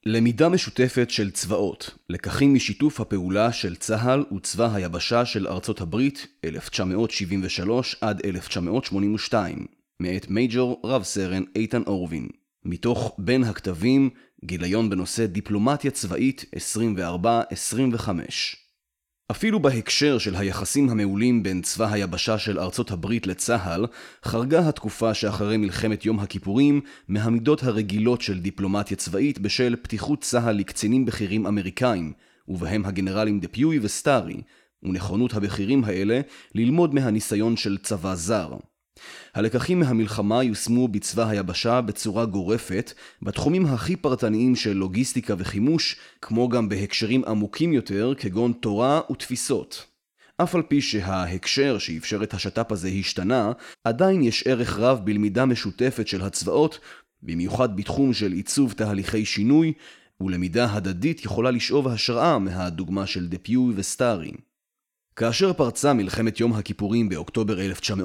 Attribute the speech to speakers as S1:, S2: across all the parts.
S1: למידה משותפת של צבאות, לקחים משיתוף הפעולה של צה"ל וצבא היבשה של ארצות הברית 1973 עד 1982, מאת מייג'ור רב סרן איתן אורבין. מתוך בין הכתבים, גיליון בנושא דיפלומטיה צבאית 24-25. אפילו בהקשר של היחסים המעולים בין צבא היבשה של ארצות הברית לצה"ל, חרגה התקופה שאחרי מלחמת יום הכיפורים מהמידות הרגילות של דיפלומטיה צבאית בשל פתיחות צה"ל לקצינים בכירים אמריקאים, ובהם הגנרלים דפיוי וסטארי, ונכונות הבכירים האלה ללמוד מהניסיון של צבא זר. הלקחים מהמלחמה יושמו בצבא היבשה בצורה גורפת, בתחומים הכי פרטניים של לוגיסטיקה וחימוש, כמו גם בהקשרים עמוקים יותר כגון תורה ותפיסות. אף על פי שההקשר שאפשר את השת"פ הזה השתנה, עדיין יש ערך רב בלמידה משותפת של הצבאות, במיוחד בתחום של עיצוב תהליכי שינוי, ולמידה הדדית יכולה לשאוב השראה מהדוגמה של דפיוי וסטארי. כאשר פרצה מלחמת יום הכיפורים באוקטובר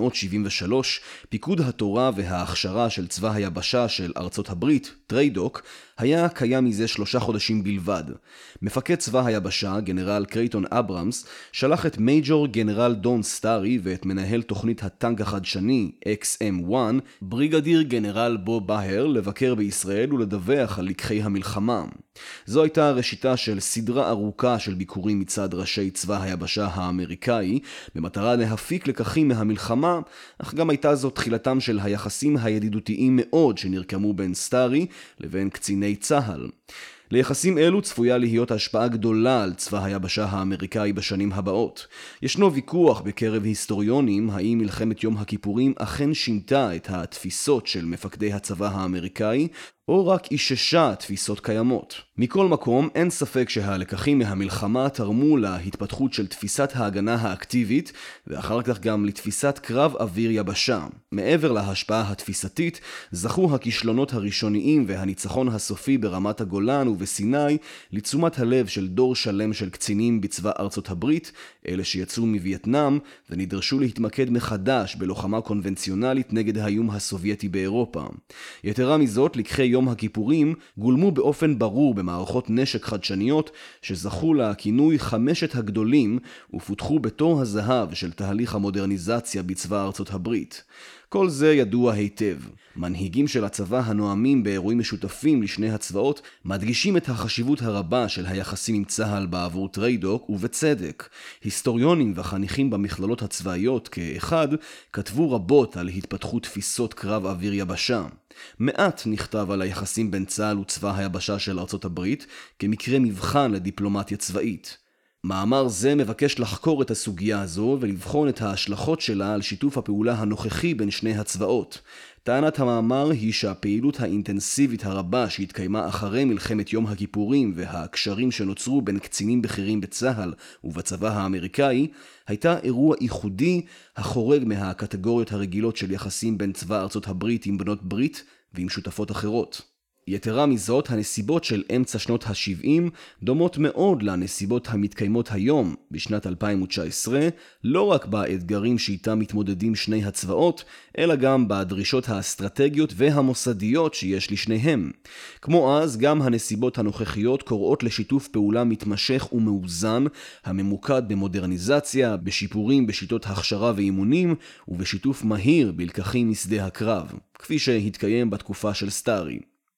S1: 1973, פיקוד התורה וההכשרה של צבא היבשה של ארצות הברית, טריידוק, היה קיים מזה 3 חודשים בלבד. מפקד צבא היבשה, גנרל קרייטון אברמס, שלח את מייג'ור גנרל דון סטארי ואת מנהל תוכנית הטנק החדשני XM1, בריגדיר גנרל בו בהר, לבקר בישראל ולדווח על לקחי המלחמה. זו הייתה ראשיתה של סדרה ארוכה של ביקורים מצד ראשי צבא היבשה האמריקאי, במטרה להפיק לקחים מהמלחמה, אך גם הייתה זו תחילתם של היחסים הידידותיים מאוד שנרקמו בין סטארי לבין קציני צה"ל. ליחסים אלו צפויה להיות השפעה גדולה על צבא היבשה האמריקאי בשנים הבאות. ישנו ויכוח בקרב היסטוריונים האם מלחמת יום הכיפורים אכן שינתה את התפיסות של מפקדי הצבא האמריקאי, או רק איששה תפיסות קיימות. מכל מקום, אין ספק שהלקחים מהמלחמה תרמו להתפתחות של תפיסת ההגנה האקטיבית, ואחר כך גם לתפיסת קרב אוויר יבשה. מעבר להשפעה התפיסתית, זכו הכישלונות הראשוניים והניצחון הסופי ברמת הגולן ובסיני לתשומת הלב של דור שלם של קצינים בצבא ארצות הברית, אלה שיצאו מווייטנאם ונדרשו להתמקד מחדש בלוחמה קונבנציונלית נגד האיום הסובייטי באירופה. יתרה מזאת, לקחי יום הכיפורים גולמו באופן ברור במערכות נשק חדשניות שזכו לכינוי 5 הגדולים ופותחו בתור הזהב של תהליך המודרניזציה בצבא ארצות הברית. כל זה ידוע היטב. מנהיגים של הצבא הנואמים באירועים משותפים לשני הצבאות מדגישים את החשיבות הרבה של היחסים עם צה"ל בעבור טריידוק, ובצדק. היסטוריונים וחניכים במכללות הצבאיות כאחד כתבו רבות על התפתחות תפיסות קרב אוויר יבשה. מעט נכתב על היחסים בין צה"ל וצבא היבשה של ארצות הברית כמקרה מבחן לדיפלומטיה צבאית. מאמר זה מבקש לחקור את הסוגיה הזו ולבחון את ההשלכות שלה על שיתוף הפעולה הנוכחי בין שני הצבאות. טענת המאמר היא שהפעילות האינטנסיבית הרבה שהתקיימה אחרי מלחמת יום הכיפורים והקשרים שנוצרו בין קצינים בכירים בצה"ל ובצבא האמריקאי הייתה אירוע ייחודי החורג מהקטגוריות הרגילות של יחסים בין צבא ארצות הברית עם בנות ברית ועם שותפות אחרות. יתרה מזאת, הנסיבות של אמצע שנות ה-70 דומות מאוד לנסיבות המתקיימות היום בשנת 2019, לא רק באתגרים שאיתם מתמודדים שני הצבאות, אלא גם בדרישות האסטרטגיות והמוסדיות שיש לשניהם. כמו אז, גם הנסיבות הנוכחיות קוראות לשיתוף פעולה מתמשך ומאוזן, הממוקד במודרניזציה, בשיפורים בשיטות הכשרה ואימונים, ובשיתוף מהיר בלקחים משדה הקרב, כפי שהתקיים בתקופה של סטארי.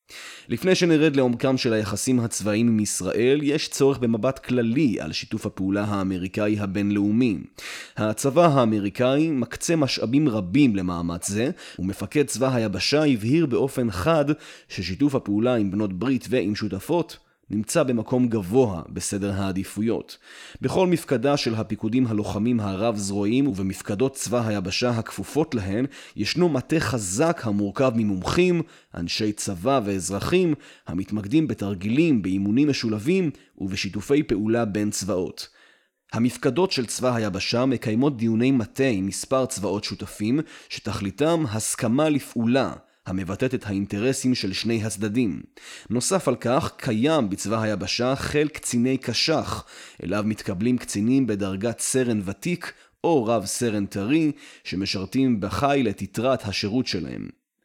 S1: לפני שנרד לעומקם של היחסים הצבאיים עם ישראל, יש צורך במבט כללי על שיתוף הפעולה האמריקאי הבינלאומי. הצבא האמריקאי מקצה משאבים רבים למאמץ זה, ומפקד צבא היבשה הבהיר באופן חד ששיתוף הפעולה עם בנות ברית ועם שותפות נמצא במקום גבוה בסדר העדיפויות. בכל מפקדה של הפיקודים הלוחמים הרב זרועיים ובמפקדות צבא היבשה הכפופות להן, ישנו מטה חזק המורכב ממומחים, אנשי צבא ואזרחים, המתמקדים בתרגילים, באימונים משולבים ובשיתופי פעולה בין צבאות. המפקדות של צבא היבשה מקיימות דיוני מטה עם מספר צבאות שותפים, שתכליתם הסכמה לפעולה, המבטאת את האינטרסים של שני הצדדים. נוסף על כך, קיים בצבא היבשה חיל קציני קשח, אליו מתקבלים קצינים בדרגת סרן ותיק או רב סרן טרי, שמשרתים בחיל את יתרת השירות שלהם.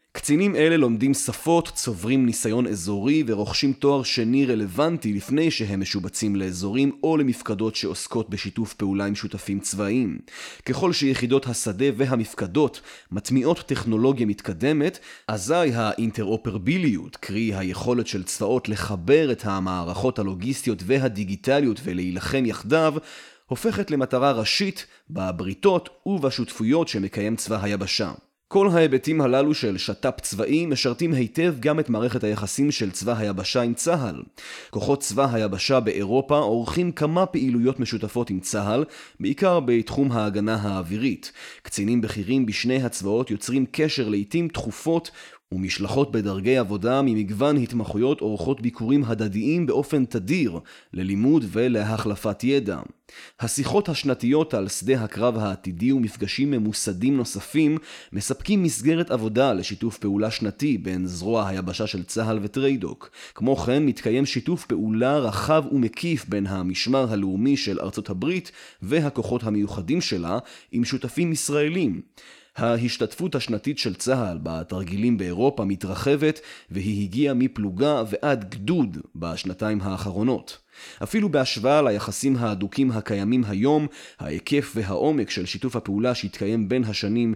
S1: קצינים אלה לומדים שפות, צוברים ניסיון אזורי ורוכשים תואר שני רלוונטי לפני שהם משובצים לאזורים או למפקדות שעוסקות בשיתוף פעולה עם שותפים צבאיים. ככל שיחידות השדה והמפקדות מטמיעות טכנולוגיה מתקדמת, אזי האינטרופרביליות, קרי היכולת של צבאות לחבר את המערכות הלוגיסטיות והדיגיטליות ולהילחם יחדיו, הופכת למטרה ראשית בבריתות ובשותפויות שמקיים צבא היבשה. כל ההיבטים הללו של שת"פ צבאי משרתים היטב גם את מערכת היחסים של צבא היבשה עם צה"ל. כוחות צבא היבשה באירופה עורכים כמה פעילויות משותפות עם צה"ל, בעיקר בתחום ההגנה האווירית. קצינים בכירים בשני הצבאות יוצרים קשר לעתים תכופות ומשלחות בדרגי עבודה ממגוון התמחויות עורכות ביקורים הדדיים באופן תדיר ללימוד ולהחלפת ידע. השיחות השנתיות על שדה הקרב העתידי ומפגשים ממוסדים נוספים מספקים מסגרת עבודה לשיתוף פעולה שנתי בין זרוע היבשה של צה"ל וטריידוק. כמו כן מתקיים שיתוף פעולה רחב ומקיף בין המשמר הלאומי של ארצות הברית והכוחות המיוחדים שלה עם שותפים ישראלים. ההשתתפות השנתית של צה"ל בתרגילים באירופה מתרחבת והיא הגיעה מפלוגה ועד גדוד בשנתיים האחרונות. אפילו בהשוואה ליחסים ההדוקים הקיימים היום, ההיקף והעומק של שיתוף הפעולה שהתקיים בין השנים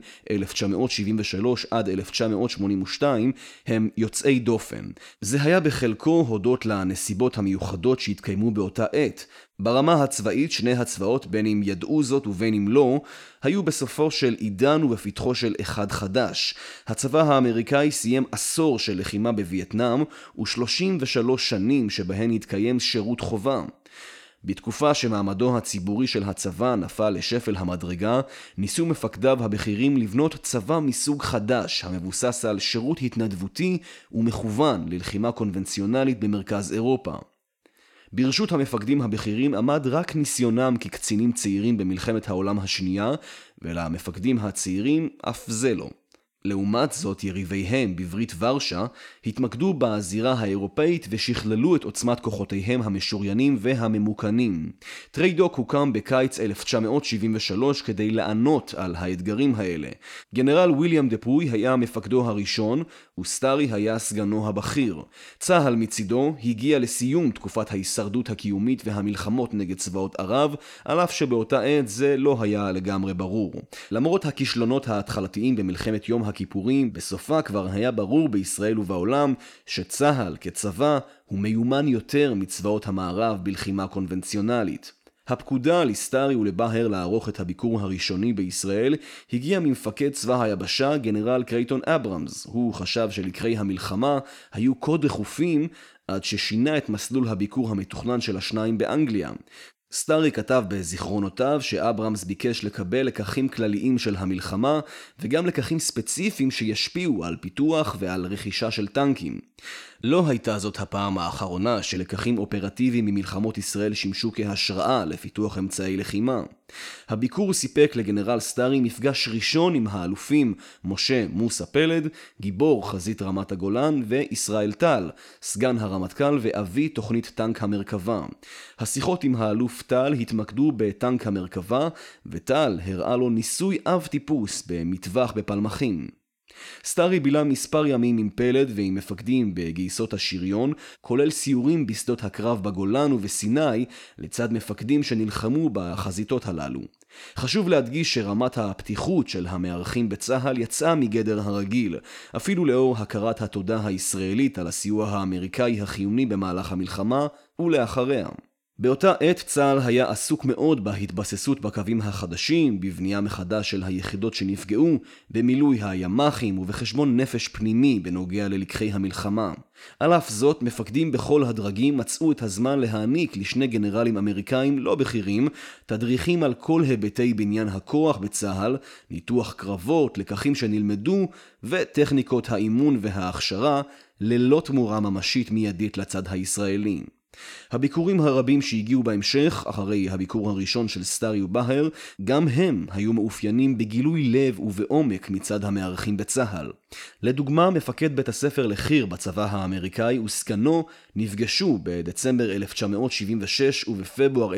S1: 1973 עד 1982 הם יוצאי דופן. זה היה בחלקו הודות לנסיבות המיוחדות שהתקיימו באותה עת. ברמה הצבאית שני הצבאות, בין אם ידעו זאת ובין אם לא, היו בסופו של עידן ובפתחו של אחד חדש. הצבא האמריקאי סיים עשור של לחימה בווייטנאם ו33 שנים שבהן התקיים שירות חובה. בתקופה שמעמדו הציבורי של הצבא נפל לשפל המדרגה, ניסו מפקדיו הבכירים לבנות צבא מסוג חדש המבוסס על שירות התנדבותי ומכוון ללחימה קונבנציונלית במרכז אירופה. ברשות המפקדים הבכירים עמד רק ניסיונם כקצינים צעירים במלחמת העולם השנייה, ולמפקדים הצעירים אף זה לא. לעומת זאת, יריביהם בברית ורשה התמקדו בזירה האירופאית ושכללו את עוצמת כוחותיהם המשוריינים והממוקנים. טריידוק הוקם בקיץ 1973 כדי לענות על האתגרים האלה. גנרל ויליאם דפוי היה מפקדו הראשון, וסטארי היה סגנו הבכיר. צה"ל מצידו הגיע לסיום תקופת ההישרדות הקיומית והמלחמות נגד צבאות ערב, על אף שבאותה עת זה לא היה לגמרי ברור. למרות הכישלונות ההתחלתיים במלחמת יום הכיפורים, בסופה כבר היה ברור בישראל ובעולם שצה"ל כצבא הוא מיומן יותר מצבאות המערב בלחימה קונבנציונלית. הפקודה לסטארי ולבהר לערוך את הביקור הראשוני בישראל הגיע ממפקד צבא היבשה גנרל קרייטון אברמס. הוא חשב שלקרי המלחמה היו כה דחופים עד ששינה את מסלול הביקור המתוכנן של השניים באנגליה. סטארי כתב בזיכרונותיו שאברמס ביקש לקבל לקחים כלליים של המלחמה וגם לקחים ספציפיים שישפיעו על פיתוח ועל רכישה של טנקים. לא הייתה זאת הפעם האחרונה שלקחים אופרטיביים ממלחמות ישראל שימשו כהשראה לפיתוח אמצעי לחימה. הביקור סיפק לגנרל סטארי מפגש ראשון עם האלופים משה מוסא פלד, גיבור חזית רמת הגולן, וישראל טל, סגן הרמטכ"ל ואבי תוכנית טנק המרכבה. השיחות עם האלוף טל התמקדו בטנק המרכבה, וטל הראה לו ניסוי אב טיפוס במטווח בפלמחים. סטארי בילה מספר ימים עם פלד ועם מפקדים בגייסות השריון, כולל סיורים בשדות הקרב בגולן ובסיני, לצד מפקדים שנלחמו בחזיתות הללו. חשוב להדגיש שרמת הפתיחות של המארחים בצה"ל יצאה מגדר הרגיל, אפילו לאור הכרת התודה הישראלית על הסיוע האמריקאי החיוני במהלך המלחמה ולאחריה. באותה עת צה"ל היה עסוק מאוד בהתבססות בקווים החדשים, בבנייה מחדש של היחידות שנפגעו, במילוי הימ"חים ובחשבון נפש פנימי בנוגע ללקחי המלחמה. על אף זאת, מפקדים בכל הדרגים מצאו את הזמן להעניק לשני גנרלים אמריקאים לא בכירים תדריכים על כל היבטי בניין הכוח בצה"ל, ניתוח קרבות, לקחים שנלמדו וטכניקות האימון וההכשרה, ללא תמורה ממשית מיידית לצד הישראלי. הביקורים הרבים שהגיעו בהמשך, אחרי הביקור הראשון של סטארי ובהר, גם הם היו מאופיינים בגילוי לב ובעומק מצד המארחים בצה"ל. לדוגמה, מפקד בית הספר לחי"ר בצבא האמריקאי וסגנו נפגשו בדצמבר 1976 ובפברואר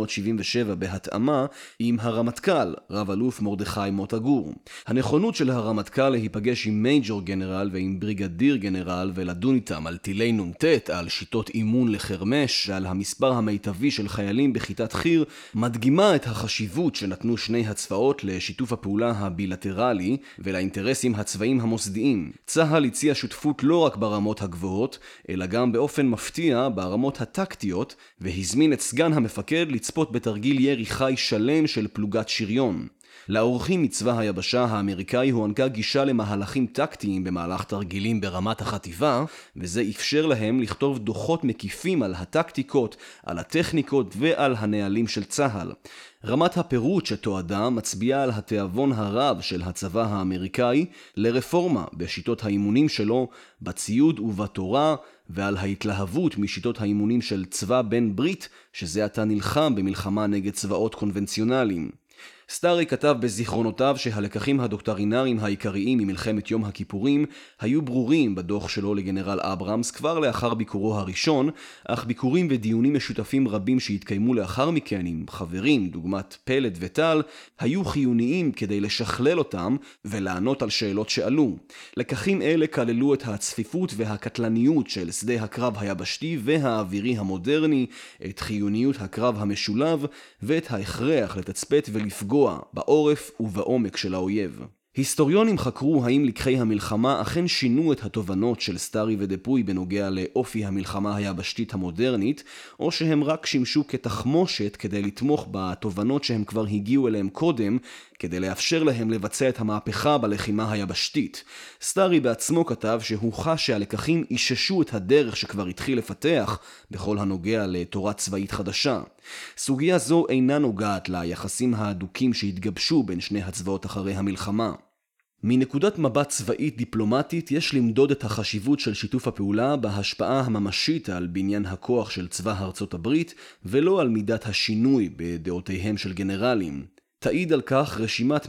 S1: 1977 בהתאמה עם הרמטכ"ל, רב אלוף מרדכי מוטה גור. הנכונות של הרמטכ"ל להיפגש עם מייג'ור גנרל ועם בריגדיר גנרל ולדון איתם על טילי נ"ט, על שיטות אימון לחרמש ועל המספר המיטבי של חיילים בכיתת חי"ר, מדגימה את החשיבות שנתנו שני הצבאות לשיתוף הפעולה הבילטרלי ולאינטרסים הצבאיים המוסדיים. צה"ל הציע שותפות לא רק ברמות הגבוהות, אלא גם באופן מפתיע ברמות הטקטיות, והזמין את סגן המפקד לצפות בתרגיל ירי חי שלם של פלוגת שריון. לאורחים מצבא היבשה האמריקאי הוענקה גישה למהלכים טקטיים במהלך תרגילים ברמת החטיבה, וזה אפשר להם לכתוב דוחות מקיפים על הטקטיקות, על הטכניקות ועל הנהלים של צה"ל. רמת הפירוט שתועדה מצביעה על התיאבון הרב של הצבא האמריקאי לרפורמה בשיטות האימונים שלו, בציוד ובתורה, ועל ההתלהבות משיטות האימונים של צבא בן ברית, שזה עתה נלחם במלחמה נגד צבאות קונבנציונליים. סטארי כתב בזיכרונותיו שהלקחים הדוקטרינריים העיקריים ממלחמת יום הכיפורים היו ברורים בדוח שלו לגנרל אברהמס כבר לאחר ביקורו הראשון, אך ביקורים ודיונים משותפים רבים שהתקיימו לאחר מכן עם חברים דוגמת פלד וטל היו חיוניים כדי לשכלל אותם ולענות על שאלות שעלו. לקחים אלה כללו את הצפיפות והקטלניות של שדה הקרב היבשתי והאווירי המודרני, את חיוניות הקרב המשולב ואת ההכרח לתצפת ולפגוע בעורף ובעומק של האויב. היסטוריונים חקרו האם לקחי המלחמה אכן שינו את התובנות של סטארי ודפוי בנוגע לאופי המלחמה היבשתית המודרנית, או שהם רק שימשו כתחמושת כדי לתמוך בתובנות שהם כבר הגיעו אליהם קודם, כדי לאפשר להם לבצע את המהפכה בלחימה היבשתית. סטארי בעצמו כתב שהוא חש שהלקחים איששו את הדרך שכבר התחיל לפתח בכל הנוגע לתורה צבאית חדשה. סוגיה זו אינה נוגעת ליחסים ההדוקים שהתגבשו בין שני הצבאות אחרי המלחמה. מנקודת מבט צבאית דיפלומטית יש למדוד את החשיבות של שיתוף הפעולה בהשפעה הממשית על בניין הכוח של צבא ארצות הברית ולא על מידת השינוי בדעותיהם של גנרלים. תעיד על כך רשימת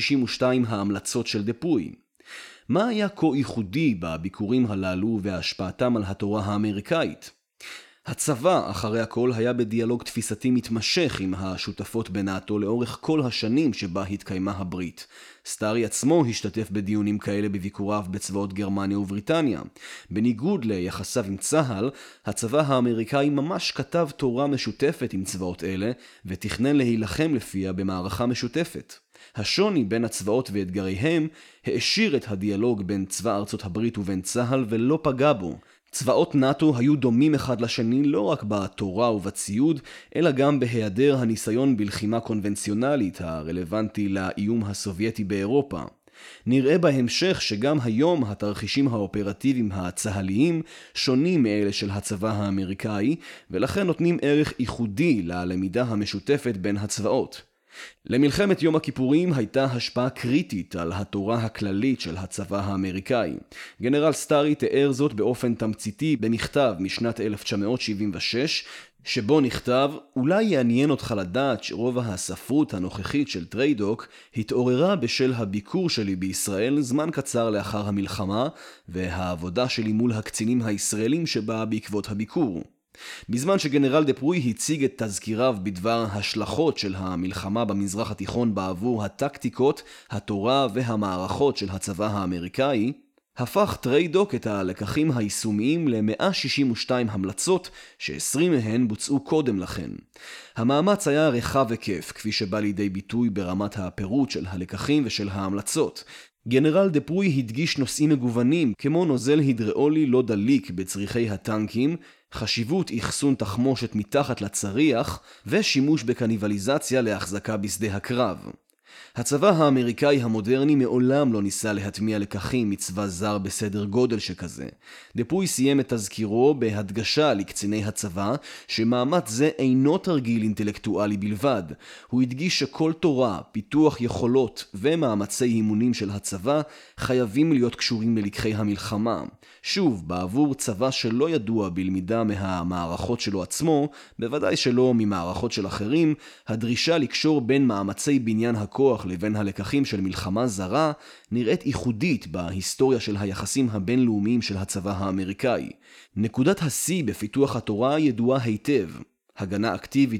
S1: 162 ההמלצות של דפוי. מה היה כה ייחודי בביקורים הללו והשפעתם על התורה האמריקאית? הצבא, אחרי הכל, היה בדיאלוג תפיסתי מתמשך עם השותפות בנאטו לאורך כל השנים שבה התקיימה הברית. סטארי עצמו השתתף בדיונים כאלה בביקוריו בצבאות גרמניה ובריטניה. בניגוד ליחסיו עם צה"ל, הצבא האמריקאי ממש כתב תורה משותפת עם צבאות אלה, ותכנן להילחם לפיה במערכה משותפת. השוני בין הצבאות ואתגריהם העשיר את הדיאלוג בין צבא ארצות הברית ובין צה"ל ולא פגע בו. צבאות נאטו היו דומים אחד לשני לא רק בתורה ובציוד, אלא גם בהיעדר הניסיון בלחימה קונבנציונלית הרלוונטי לאיום הסובייטי באירופה. נראה בהמשך שגם היום התרחישים האופרטיביים הצהליים שונים מאלה של הצבא האמריקאי, ולכן נותנים ערך ייחודי ללמידה המשותפת בין הצבאות. למלחמת יום הכיפורים הייתה השפעה קריטית על התורה הכללית של הצבא האמריקאי. גנרל סטארי תיאר זאת באופן תמציתי במכתב משנת 1976, שבו נכתב, אולי יעניין אותך לדעת שרוב הספרות הנוכחית של טריידוק התעוררה בשל הביקור שלי בישראל זמן קצר לאחר המלחמה, והעבודה שלי מול הקצינים הישראלים שבאה בעקבות הביקור. בזמן שגנרל דפוי הציג את תזכיריו בדבר השלכות של המלחמה במזרח התיכון בעבור הטקטיקות, התורה והמערכות של הצבא האמריקאי, הפך טריידוק את הלקחים היישומיים ל-162 המלצות ש20 מהן בוצעו קודם לכן. המאמץ היה רחב היקף, כפי שבא לידי ביטוי ברמת הפירוט של הלקחים ושל ההמלצות. גנרל דפוי הדגיש נושאים מגוונים כמו נוזל הידראולי לא דליק בצריחי הטנקים, חשיבות אחסון תחמושת מתחת לצריח ושימוש בקניבליזציה להחזקה בשדה הקרב. הצבא האמריקאי המודרני מעולם לא ניסה להטמיע לקחים מצבא זר בסדר גודל שכזה. דפוי סיים את תזכירו בהדגשה לקציני הצבא שמאמץ זה אינו תרגיל אינטלקטואלי בלבד. הוא הדגיש שכל תורה, פיתוח יכולות ומאמצי אימונים של הצבא חייבים להיות קשורים ללקחי המלחמה. שוב, בעבור צבא שלא ידוע בלמידה מהמערכות שלו עצמו, בוודאי שלא ממערכות של אחרים, הדרישה לקשור בין מאמצי בניין הכוח הכוח לבין הלקחים של מלחמה זרה נראית ייחודית בהיסטוריה של היחסים הבינלאומיים של הצבא האמריקאי. נקודת השיא בפיתוח התורה ידועה היטב. הגנה אקטיבית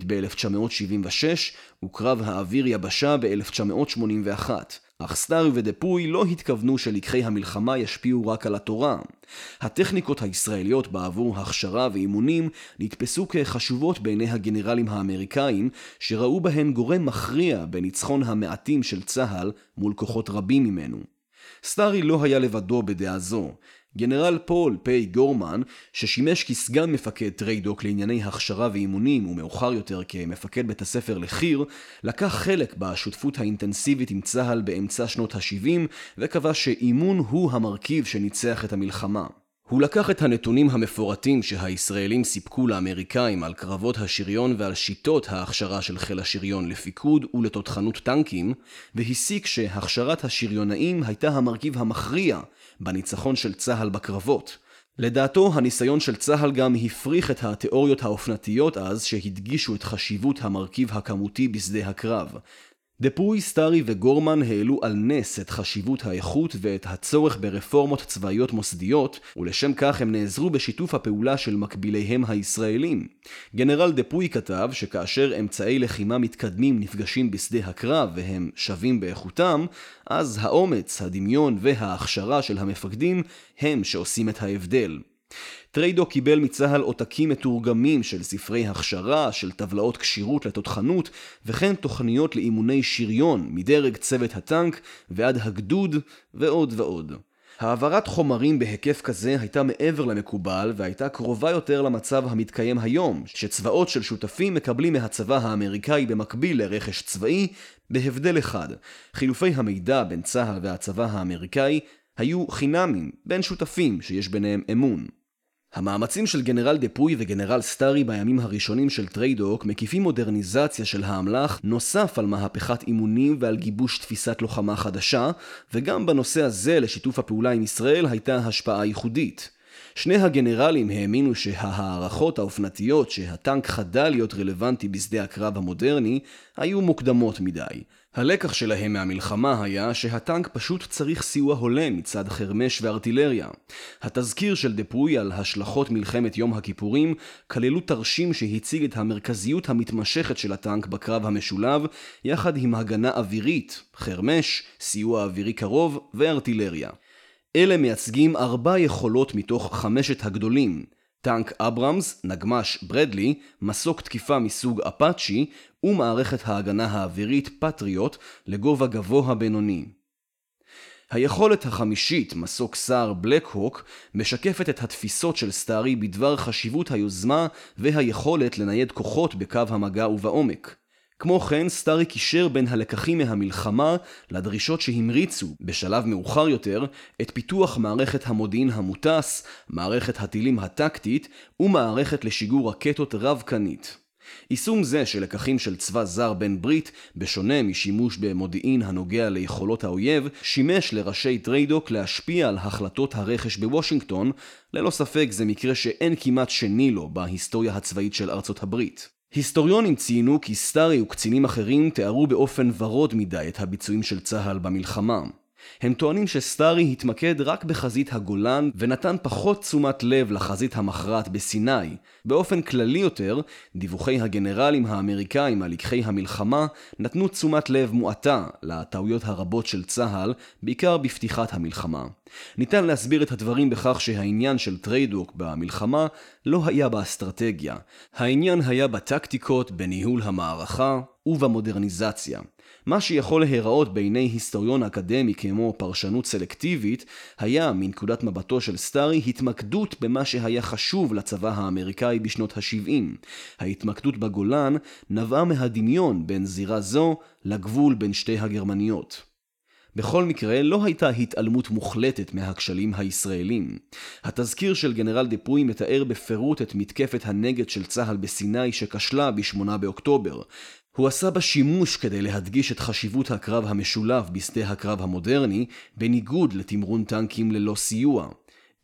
S1: ב-1976 וקרב האוויר יבשה ב-1981. אך סטארי ודפוי לא התכוונו שלקחי המלחמה ישפיעו רק על התורה. הטכניקות הישראליות בעבור הכשרה ואימונים נתפסו כחשובות בעיני הגנרלים האמריקאים, שראו בהן גורם מכריע בניצחון המעטים של צה"ל מול כוחות רבים ממנו. סטארי לא היה לבדו בדעה זו. גנרל פול פיי גורמן, ששימש כסגן מפקד טריידוק לענייני הכשרה ואימונים ומאוחר יותר כמפקד בית הספר לחי"ר, לקח חלק בשותפות האינטנסיבית עם צה"ל באמצע שנות ה-70 וקבע שאימון הוא המרכיב שניצח את המלחמה. הוא לקח את הנתונים המפורטים שהישראלים סיפקו לאמריקאים על קרבות השריון ועל שיטות ההכשרה של חיל השריון לפיקוד ולתותחנות טנקים, והסיק שהכשרת השריונאים הייתה המרכיב המכריע בניצחון של צה"ל בקרבות. לדעתו, הניסיון של צה"ל גם הפריך את התיאוריות האופנתיות אז שהדגישו את חשיבות המרכיב הכמותי בשדה הקרב. דפוי, סטארי וגורמן העלו על נס את חשיבות האיכות ואת הצורך ברפורמות צבאיות מוסדיות, ולשם כך הם נעזרו בשיתוף הפעולה של מקביליהם הישראלים. גנרל דפוי כתב שכאשר אמצעי לחימה מתקדמים נפגשים בשדה הקרב והם שווים באיכותם, אז האומץ, הדמיון וההכשרה של המפקדים הם שעושים את ההבדל. טריידוק קיבל מצה"ל עותקים מתורגמים של ספרי הכשרה, של טבלאות כשירות לתותחנות, וכן תוכניות לאימוני שריון מדרג צוות הטנק ועד הגדוד ועוד ועוד. העברת חומרים בהיקף כזה הייתה מעבר למקובל והייתה קרובה יותר למצב המתקיים היום, שצבאות של שותפים מקבלים מהצבא האמריקאי במקביל לרכש צבאי, בהבדל אחד. חילופי המידע בין צה"ל והצבא האמריקאי היו חינמים בין שותפים שיש ביניהם אמון. המאמצים של גנרל דפוי וגנרל סטארי בימים הראשונים של טריידוק מקיפים מודרניזציה של האמל"ח נוסף על מהפכת אימונים ועל גיבוש תפיסת לוחמה חדשה, וגם בנושא הזה לשיתוף הפעולה עם ישראל הייתה השפעה ייחודית. שני הגנרלים האמינו שההערכות האופנתיות שהטנק חדל להיות רלוונטי בשדה הקרב המודרני היו מוקדמות מדי. הלקח שלהם מהמלחמה היה שהטנק פשוט צריך סיוע הולם מצד חרמש וארטילריה. התזכיר של דפוי על השלכות מלחמת יום הכיפורים כללו תרשים שהציג את המרכזיות המתמשכת של הטנק בקרב המשולב, יחד עם הגנה אווירית, חרמש, סיוע אווירי קרוב וארטילריה. אלה מייצגים 4 יכולות מתוך 5 הגדולים: טנק אברמס, נגמש ברדלי, מסוק תקיפה מסוג אפאצ'י ומערכת ההגנה האווירית פטריוט לגובה גבוה בינוני. היכולת החמישית, מסוק סער בלק הוק, משקפת את התפיסות של סטארי בדבר חשיבות היוזמה והיכולת לנייד כוחות בקו המגע ובעומק. כמו כן, סטארי קישר בין הלקחים מהמלחמה לדרישות שהמריצו, בשלב מאוחר יותר, את פיתוח מערכת המודיעין המוטס, מערכת הטילים הטקטית ומערכת לשיגור רקטות רב-קנית. יישום זה של לקחים של צבא זר בן ברית, בשונה משימוש במודיעין הנוגע ליכולות האויב, שימש לראשי טריידוק להשפיע על החלטות הרכש בוושינגטון. ללא ספק זה מקרה שאין כמעט שני לו בהיסטוריה הצבאית של ארצות הברית. היסטוריונים ציינו כי סטארי וקצינים אחרים תיארו באופן ורוד מדי את הביצועים של צה"ל במלחמה. הם טוענים שסטארי התמקד רק בחזית הגולן ונתן פחות תשומת לב לחזית המכרעת בסיני. באופן כללי יותר, דיווחי הגנרלים האמריקאים על לקחי המלחמה נתנו תשומת לב מועטה לטעויות הרבות של צה"ל, בעיקר בפתיחת המלחמה. ניתן להסביר את הדברים בכך שהעניין של טריידוק במלחמה לא היה באסטרטגיה. העניין היה בטקטיקות, בניהול המערכה ובמודרניזציה. מה שיכול להיראות בעיני היסטוריון אקדמי כמו פרשנות סלקטיבית, היה מנקודת מבטו של סטארי התמקדות במה שהיה חשוב לצבא האמריקאי בשנות ה-70. ההתמקדות בגולן נבעה מהדמיון בין זירה זו לגבול בין שתי הגרמניות. בכל מקרה, לא הייתה התעלמות מוחלטת מהכשלים הישראלים. התזכיר של גנרל דפוי מתאר בפירוט את מתקפת הנגד של צה"ל בסיני שכשלה ב-8 באוקטובר. הוא עשה בה שימוש כדי להדגיש את חשיבות הקרב המשולב בשדה הקרב המודרני, בניגוד לתמרון טנקים ללא סיוע.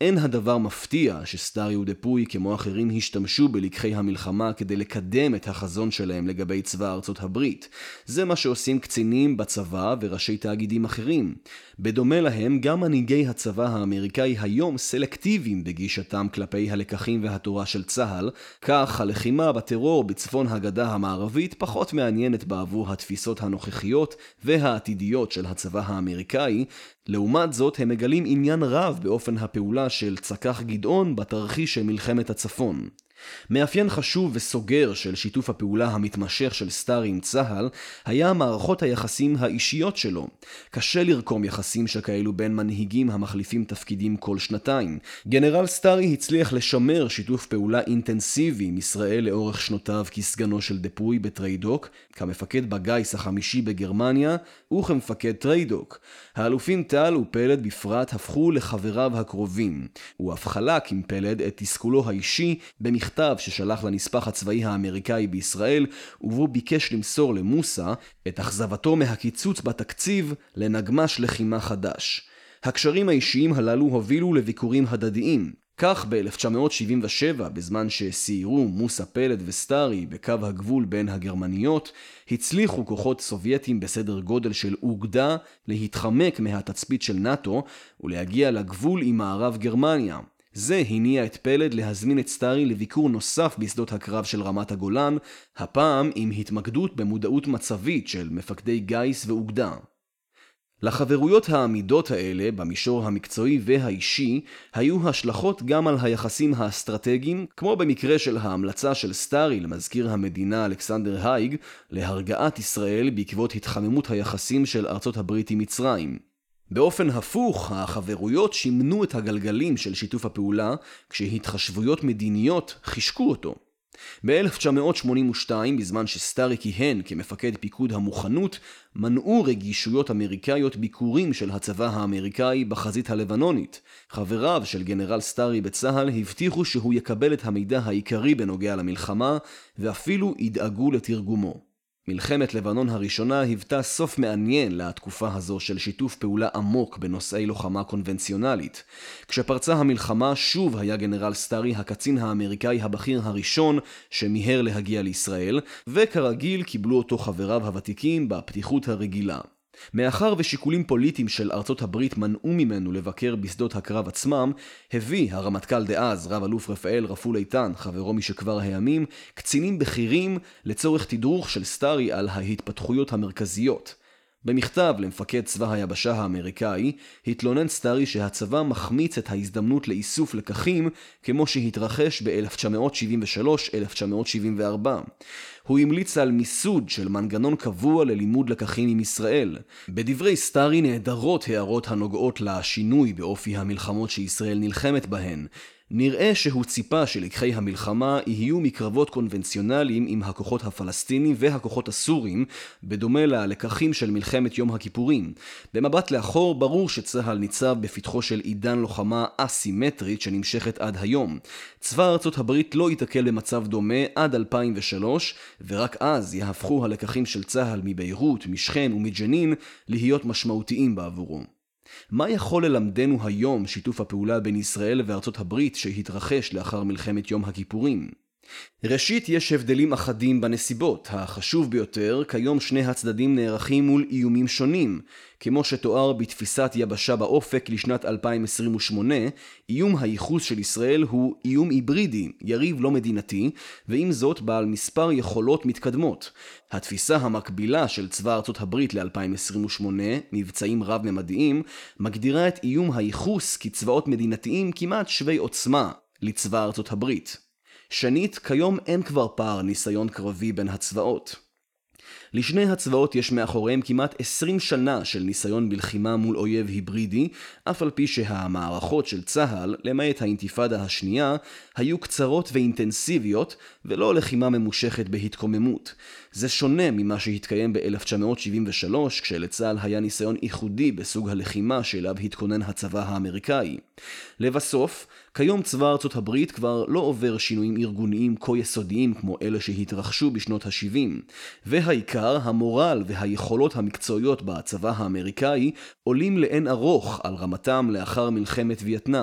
S1: אין הדבר מפתיע שסטארי ודפוי כמו אחרים השתמשו בלקחי המלחמה כדי לקדם את החזון שלהם לגבי צבא ארצות הברית. זה מה שעושים קצינים בצבא וראשי תאגידים אחרים. בדומה להם, גם מנהיגי הצבא האמריקאי היום סלקטיביים בגישתם כלפי הלקחים והתורה של צה"ל, כך הלחימה בטרור בצפון הגדה המערבית פחות מעניינת בעבור התפיסות הנוכחיות והעתידיות של הצבא האמריקאי. לעומת זאת, הם מגלים עניין רב באופן הפעולה של צקח גדעון בתרחיש של מלחמת הצפון. מאפיין חשוב וסוגר של שיתוף הפעולה המתמשך של סטארי עם צה"ל היה מערכות היחסים האישיות שלו. קשה לרקום יחסים שכאלו בין מנהיגים המחליפים תפקידים כל שנתיים. גנרל סטארי הצליח לשמר שיתוף פעולה אינטנסיבי עם ישראל לאורך שנותיו כסגנו של דפוי בטריידוק, כמפקד בגייס החמישי בגרמניה וכמפקד טריידוק. האלופים טל ופלד בפרט הפכו לחבריו הקרובים. הוא אף חלק עם פלד את תסכולו האישי במכתב ששלח לנספח הצבאי האמריקאי בישראל, ובו ביקש למסור למוסה את אכזבתו מהקיצוץ בתקציב לנגמש לחימה חדש. הקשרים האישיים הללו הובילו לביקורים הדדיים. כך ב-1977, בזמן שסיירו מוסה, פלד וסטארי בקו הגבול בין הגרמניות, הצליחו כוחות סובייטים בסדר גודל של אוגדה להתחמק מהתצפית של נאטו ולהגיע לגבול עם מערב גרמניה. זה הניע את פלד להזמין את סטארי לביקור נוסף בשדות הקרב של רמת הגולן, הפעם עם התמקדות במודעות מצבית של מפקדי גייס ואוגדה. לחברויות העמידות האלה, במישור המקצועי והאישי, היו השלכות גם על היחסים האסטרטגיים, כמו במקרה של ההמלצה של סטארי למזכיר המדינה אלכסנדר הייג, להרגעת ישראל בעקבות התחממות היחסים של ארצות הברית עם מצרים. באופן הפוך, החברויות שימנו את הגלגלים של שיתוף הפעולה, כשהתחשבויות מדיניות חישקו אותו. ב-1982, בזמן שסטארי כיהן כמפקד פיקוד המוכנות, מנעו רגישויות אמריקאיות ביקורים של הצבא האמריקאי בחזית הלבנונית. חבריו של גנרל סטארי בצה"ל הבטיחו שהוא יקבל את המידע העיקרי בנוגע למלחמה, ואפילו ידאגו לתרגומו. מלחמת לבנון הראשונה היוותה סוף מעניין לתקופה הזו של שיתוף פעולה עמוק בנושאי לוחמה קונבנציונלית. כשפרצה המלחמה שוב היה גנרל סטארי הקצין האמריקאי הבכיר הראשון שמיהר להגיע לישראל, וכרגיל קיבלו אותו חבריו הוותיקים בפתיחות הרגילה. מאחר ושיקולים פוליטיים של ארצות הברית מנעו ממנו לבקר בשדות הקרב עצמם, הביא הרמטכ"ל דאז, רב אלוף רפאל רפול איתן, חברו משכבר הימים, קצינים בכירים לצורך תדרוך של סטארי על ההתפתחויות המרכזיות. במכתב למפקד צבא היבשה האמריקאי, התלונן סטארי שהצבא מחמיץ את ההזדמנות לאיסוף לקחים כמו שהתרחש ב-1973-1974. הוא המליץ על מיסוד של מנגנון קבוע ללימוד לקחים עם ישראל. בדברי סטארי נהדרות הערות הנוגעות לשינוי באופי המלחמות שישראל נלחמת בהן. נראה שהוא ציפה שלקחי המלחמה יהיו מקרבות קונבנציונליים עם הכוחות הפלסטינים והכוחות הסורים, בדומה ללקחים של מלחמת יום הכיפורים. במבט לאחור ברור שצה"ל ניצב בפתחו של עידן לוחמה אסימטרית שנמשכת עד היום. צבא ארצות הברית לא ייתקל במצב דומה עד 2003, ורק אז יהפכו הלקחים של צה"ל מביירות, משכם ומג'נין להיות משמעותיים בעבורו. מה יכול ללמדנו היום שיתוף הפעולה בין ישראל וארצות הברית שהתרחש לאחר מלחמת יום הכיפורים? ראשית, יש הבדלים אחדים בנסיבות. החשוב ביותר, כיום שני הצדדים נערכים מול איומים שונים. כמו שתואר בתפיסת יבשה באופק לשנת 2028, איום הייחוס של ישראל הוא איום היברידי, יריב לא מדינתי, ועם זאת בעל מספר יכולות מתקדמות. התפיסה המקבילה של צבא ארצות הברית ל-2028, מבצעים רב-ממדיים, מגדירה את איום הייחוס כצבאות מדינתיים כמעט שווי עוצמה לצבא ארצות הברית. שנית, כיום אין כבר פער ניסיון קרבי בין הצבאות. לשני הצבאות יש מאחוריהם כמעט 20 שנה של ניסיון בלחימה מול אויב היברידי, אף על פי שהמערכות של צה"ל, למעט האינתיפאדה השנייה, היו קצרות ואינטנסיביות ולא לחימה ממושכת בהתקוממות. זה שונה ממה שהתקיים ב-1973, כשלצה"ל היה ניסיון ייחודי בסוג הלחימה שאליו התכונן הצבא האמריקאי. לבסוף, כיום צבא ארצות הברית כבר לא עובר שינויים ארגוניים כה יסודיים כמו אלה שהתרחשו בשנות ה-70, והעיקר, המורל והיכולות המקצועיות בצבא האמריקאי עולים לאין ארוך על רמתם לאחר מלחמת וייטנאם.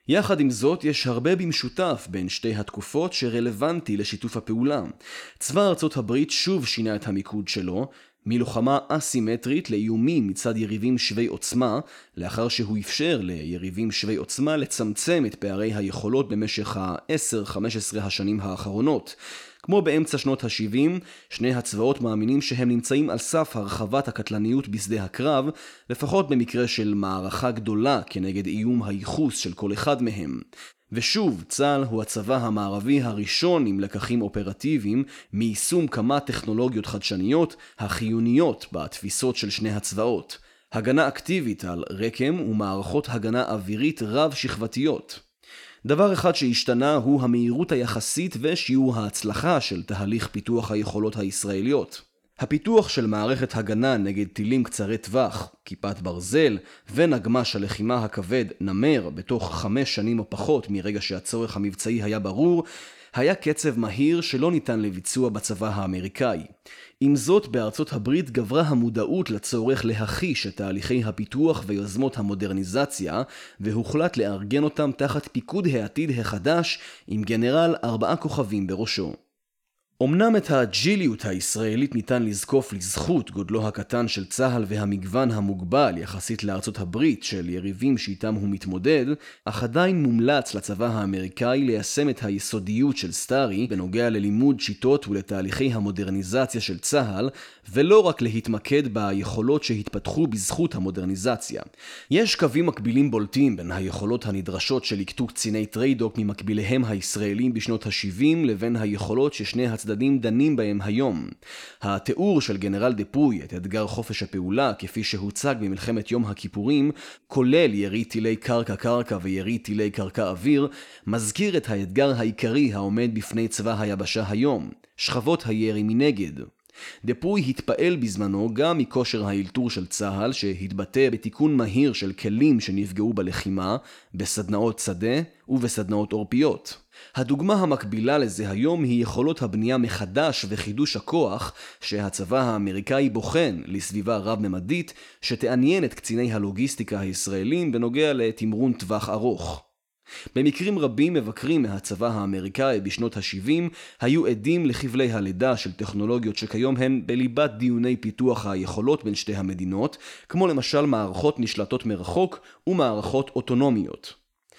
S1: יחד עם זאת, יש הרבה במשותף בין שתי התקופות שרלוונטי לשיתוף הפעולה. צבא ארצות הברית שוב שינה את המיקוד שלו, מלוחמה אסימטרית לאיומים מצד יריבים שווי עוצמה, לאחר שהוא אפשר ליריבים שווי עוצמה לצמצם את פערי היכולות במשך ה-10-15 השנים האחרונות. כמו באמצע שנות ה-70, שני הצבאות מאמינים שהם נמצאים על סף הרחבת הקטלניות בשדה הקרב, לפחות במקרה של מערכה גדולה כנגד איום הייחוס של כל אחד מהם. ושוב, צה"ל הוא הצבא המערבי הראשון עם לקחים אופרטיביים מיישום כמה טכנולוגיות חדשניות החיוניות בתפיסות של שני הצבאות. הגנה אקטיבית על רקם ומערכות הגנה אווירית רב-שכבתיות. דבר אחד שהשתנה הוא המהירות היחסית ושיעור ההצלחה של תהליך פיתוח היכולות הישראליות. הפיתוח של מערכת הגנה נגד טילים קצרי טווח, כיפת ברזל ונגמ"ש הלחימה הכבד נמר בתוך 5 שנים או פחות מרגע שהצורך המבצעי היה ברור, היה קצב מהיר שלא ניתן לביצוע בצבא האמריקאי. עם זאת, בארצות הברית גברה המודעות לצורך להחיש את תהליכי הפיתוח ויוזמות המודרניזציה, והוחלט לארגן אותם תחת פיקוד העתיד החדש עם גנרל 4 כוכבים בראשו. אמנם את האג'יליות הישראלית ניתן לזקוף לזכות גודלו הקטן של צה"ל והמגוון המוגבל יחסית לארצות הברית של יריבים שאיתם הוא מתמודד, אך עדיין מומלץ לצבא האמריקאי ליישם את היסודיות של סטארי בנוגע ללימוד שיטות ולתהליכי המודרניזציה של צה"ל, ולא רק להתמקד ביכולות שהתפתחו בזכות המודרניזציה. יש קווים מקבילים בולטים בין היכולות הנדרשות של לקטוק קציני טריידוק ממקביליהם הישראלים בשנות ה-70 לבין היכולות ששני הצדדים דנים בהם היום. התיאור של גנרל דפוי את אתגר חופש הפעולה כפי שהוצג במלחמת יום הכיפורים, כולל ירי טילי קרקע-קרקע וירי טילי קרקע-אוויר, מזכיר את האתגר העיקרי העומד בפני צבא היבשה היום, שכבות הירי מנגד. דפוי התפעל בזמנו גם מכושר האלתור של צה"ל שהתבטא בתיקון מהיר של כלים שנפגעו בלחימה, בסדנאות שדה ובסדנאות עורפיות. הדוגמה המקבילה לזה היום היא יכולות הבנייה מחדש וחידוש הכוח שהצבא האמריקאי בוחן לסביבה רב-ממדית שתעניין את קציני הלוגיסטיקה הישראלים בנוגע לתמרון טווח ארוך. במקרים רבים מבקרים מהצבא האמריקאי בשנות ה-70 היו עדים לחבלי הלידה של טכנולוגיות שכיום הן בליבת דיוני פיתוח היכולות בין שתי המדינות, כמו למשל מערכות נשלטות מרחוק ומערכות אוטונומיות.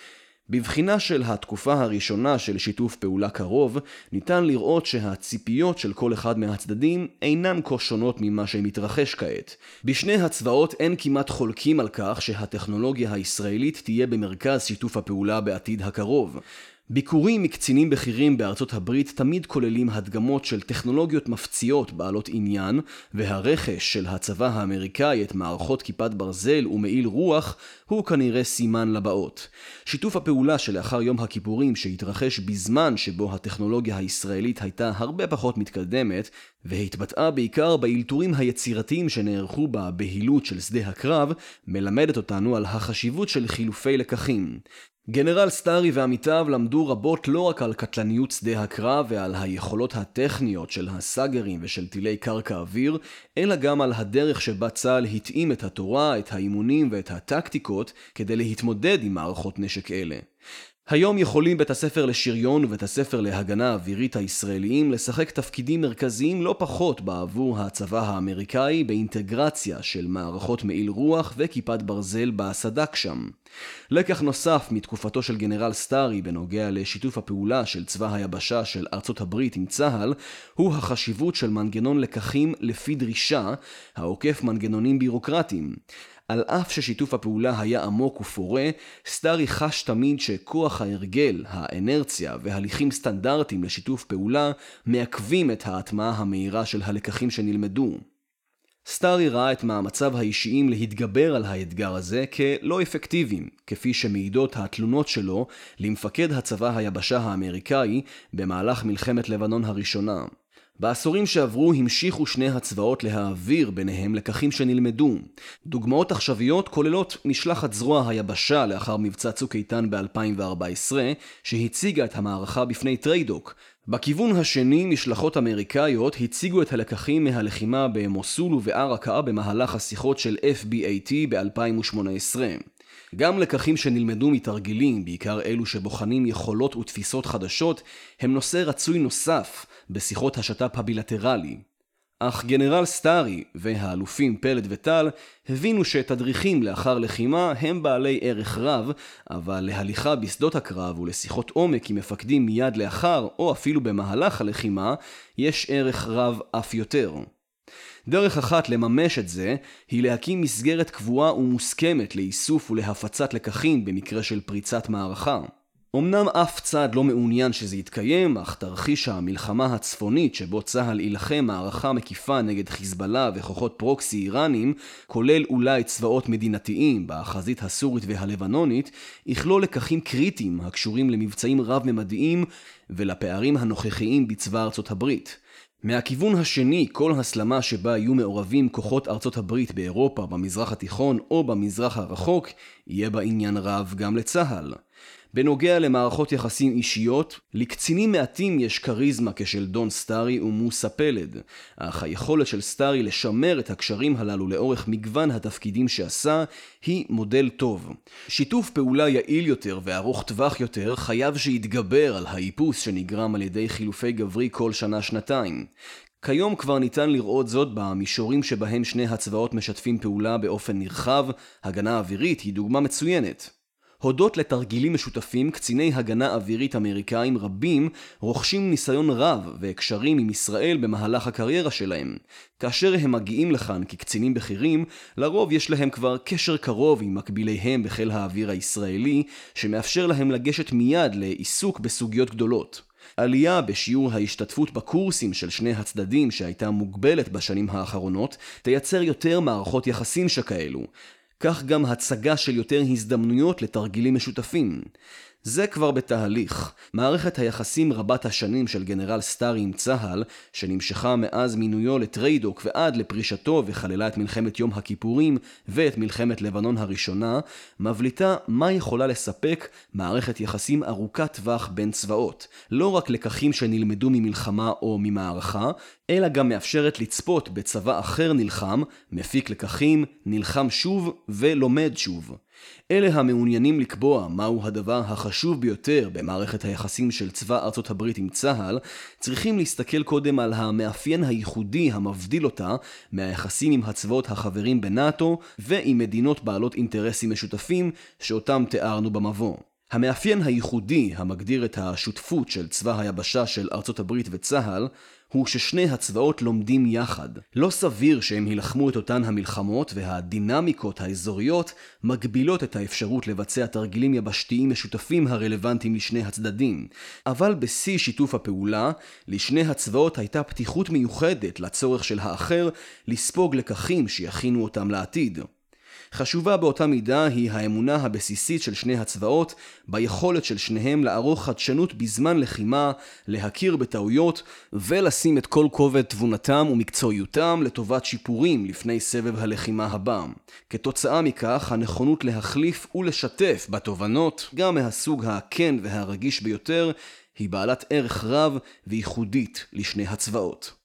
S1: בבחינה של התקופה הראשונה של שיתוף פעולה קרוב, ניתן לראות שהציפיות של כל אחד מהצדדים אינן כה שונות ממה שמתרחש כעת. בשני הצבאות אין כמעט חולקים על כך שהטכנולוגיה הישראלית תהיה במרכז שיתוף הפעולה בעתיד הקרוב. ביקורים מקצינים בכירים בארצות הברית תמיד כוללים הדגמות של טכנולוגיות מפציעות בעלות עניין, והרכש של הצבא האמריקאי את מערכות כיפת ברזל ומעיל רוח הוא כנראה סימן לבאות. שיתוף הפעולה שלאחר יום הכיפורים שהתרחש בזמן שבו הטכנולוגיה הישראלית הייתה הרבה פחות מתקדמת, והתבטאה בעיקר באלתורים היצירתיים שנערכו בבהילות של שדה הקרב, מלמדת אותנו על החשיבות של חילופי לקחים. גנרל סטארי ועמיתיו למדו רבות לא רק על קטלניות שדה הקרב ועל היכולות הטכניות של הסאגרים ושל טילי קרקע אוויר, אלא גם על הדרך שבה צה"ל התאים את התורה, את האימונים ואת הטקטיקות כדי להתמודד עם מערכות נשק אלה. היום יכולים בית הספר לשריון ובית הספר להגנה אווירית הישראליים לשחק תפקידים מרכזיים לא פחות בעבור הצבא האמריקאי באינטגרציה של מערכות מעיל רוח וכיפת ברזל בסדק שם. לקח נוסף מתקופתו של גנרל סטארי בנוגע לשיתוף הפעולה של צבא היבשה של ארצות הברית עם צה"ל הוא החשיבות של מנגנון לקחים לפי דרישה העוקף מנגנונים בירוקרטיים. על אף ששיתוף הפעולה היה עמוק ופורה, סטארי חש תמיד שכוח ההרגל, האנרציה והליכים סטנדרטיים לשיתוף פעולה מעכבים את ההטמעה המהירה של הלקחים שנלמדו. סטארי ראה את מאמציו האישיים להתגבר על האתגר הזה כלא אפקטיביים, כפי שמעידות התלונות שלו למפקד הצבא היבשה האמריקאי במהלך מלחמת לבנון הראשונה. בעשורים שעברו המשיכו שני הצבאות להעביר ביניהם לקחים שנלמדו. דוגמאות עכשוויות כוללות משלחת זרוע היבשה לאחר מבצע צוק איתן ב-2014, שהציגה את המערכה בפני טריידוק. בכיוון השני, משלחות אמריקאיות הציגו את הלקחים מהלחימה במוסול ובערקה במהלך השיחות של FBAT ב-2018. גם לקחים שנלמדו מתרגילים, בעיקר אלו שבוחנים יכולות ותפיסות חדשות, הם נושא רצוי נוסף בשיחות השת"פ הבילטרלי. אך גנרל סטארי והאלופים פלד וטל הבינו שתדריכים לאחר לחימה הם בעלי ערך רב, אבל להליכה בשדות הקרב ולשיחות עומק עם מפקדים מיד לאחר או אפילו במהלך הלחימה יש ערך רב אף יותר. דרך אחת לממש את זה היא להקים מסגרת קבועה ומוסכמת לאיסוף ולהפצת לקחים במקרה של פריצת מערכה. אמנם אף צד לא מעוניין שזה יתקיים, אך תרחיש המלחמה הצפונית שבו צה"ל ילחם מערכה מקיפה נגד חיזבאללה וכוחות פרוקסי איראנים, כולל אולי צבאות מדינתיים בחזית הסורית והלבנונית, יכלול לקחים קריטיים הקשורים למבצעים רב-ממדיים ולפערים הנוכחיים בצבא ארצות הברית. מהכיוון השני, כל הסלמה שבה יהיו מעורבים כוחות ארצות הברית באירופה, במזרח התיכון או במזרח הרחוק, יהיה בה עניין רב גם לצה"ל. בנוגע למערכות יחסים אישיות, לקצינים מעטים יש קריזמה כשל דון סטארי ומוסה פלד, אך היכולת של סטארי לשמר את הקשרים הללו לאורך מגוון התפקידים שעשה היא מודל טוב. שיתוף פעולה יעיל יותר וארוך טווח יותר חייב שיתגבר על האיפוס שנגרם על ידי חילופי גברי כל שנה-שנתיים. כיום כבר ניתן לראות זאת במישורים שבהם שני הצבאות משתפים פעולה באופן נרחב. הגנה אווירית היא דוגמה מצוינת. הודות לתרגילים משותפים, קציני הגנה אווירית אמריקאים רבים רוכשים ניסיון רב והקשרים עם ישראל במהלך הקריירה שלהם. כאשר הם מגיעים לכאן כקצינים בכירים, לרוב יש להם כבר קשר קרוב עם מקביליהם בחיל האוויר הישראלי, שמאפשר להם לגשת מיד לעיסוק בסוגיות גדולות. עלייה בשיעור ההשתתפות בקורסים של שני הצדדים שהייתה מוגבלת בשנים האחרונות, תייצר יותר מערכות יחסים שכאלו. כך גם הצגה של יותר הזדמנויות לתרגילים משותפים. זה כבר בתהליך. מערכת היחסים רבת השנים של גנרל סטארי עם צה"ל, שנמשכה מאז מינויו לטריידוק ועד לפרישתו וכללה את מלחמת יום הכיפורים ואת מלחמת לבנון הראשונה, מבליטה מה יכולה לספק מערכת יחסים ארוכת טווח בין צבאות. לא רק לקחים שנלמדו ממלחמה או ממערכה, אלא גם מאפשרת לצפות בצבא אחר נלחם, מפיק לקחים, נלחם שוב ולומד שוב. אלה המעוניינים לקבוע מהו הדבר החשוב ביותר במערכת היחסים של צבא ארצות הברית עם צה"ל, צריכים להסתכל קודם על המאפיין הייחודי המבדיל אותה מהיחסים עם הצבאות החברים בנאטו ועם מדינות בעלות אינטרסים משותפים שאותם תיארנו במבוא. המאפיין הייחודי המגדיר את השותפות של צבא היבשה של ארצות הברית וצה"ל הוא ששני הצבאות לומדים יחד. לא סביר שהם ילחמו את אותן המלחמות, והדינמיקות האזוריות מגבילות את האפשרות לבצע תרגילים יבשתיים משותפים הרלוונטיים לשני הצדדים. אבל בשיא שיתוף הפעולה, לשני הצבאות הייתה פתיחות מיוחדת לצורך של האחר לספוג לקחים שיכינו אותם לעתיד. חשובה באותה מידה היא האמונה הבסיסית של שני הצבאות ביכולת של שניהם לערוך חדשנות בזמן לחימה, להכיר בטעויות ולשים את כל כובד תבונתם ומקצועיותם לטובת שיפורים לפני סבב הלחימה הבא. כתוצאה מכך, הנכונות להחליף ולשתף בתובנות, גם מהסוג הכן והרגיש ביותר, היא בעלת ערך רב וייחודית לשני הצבאות.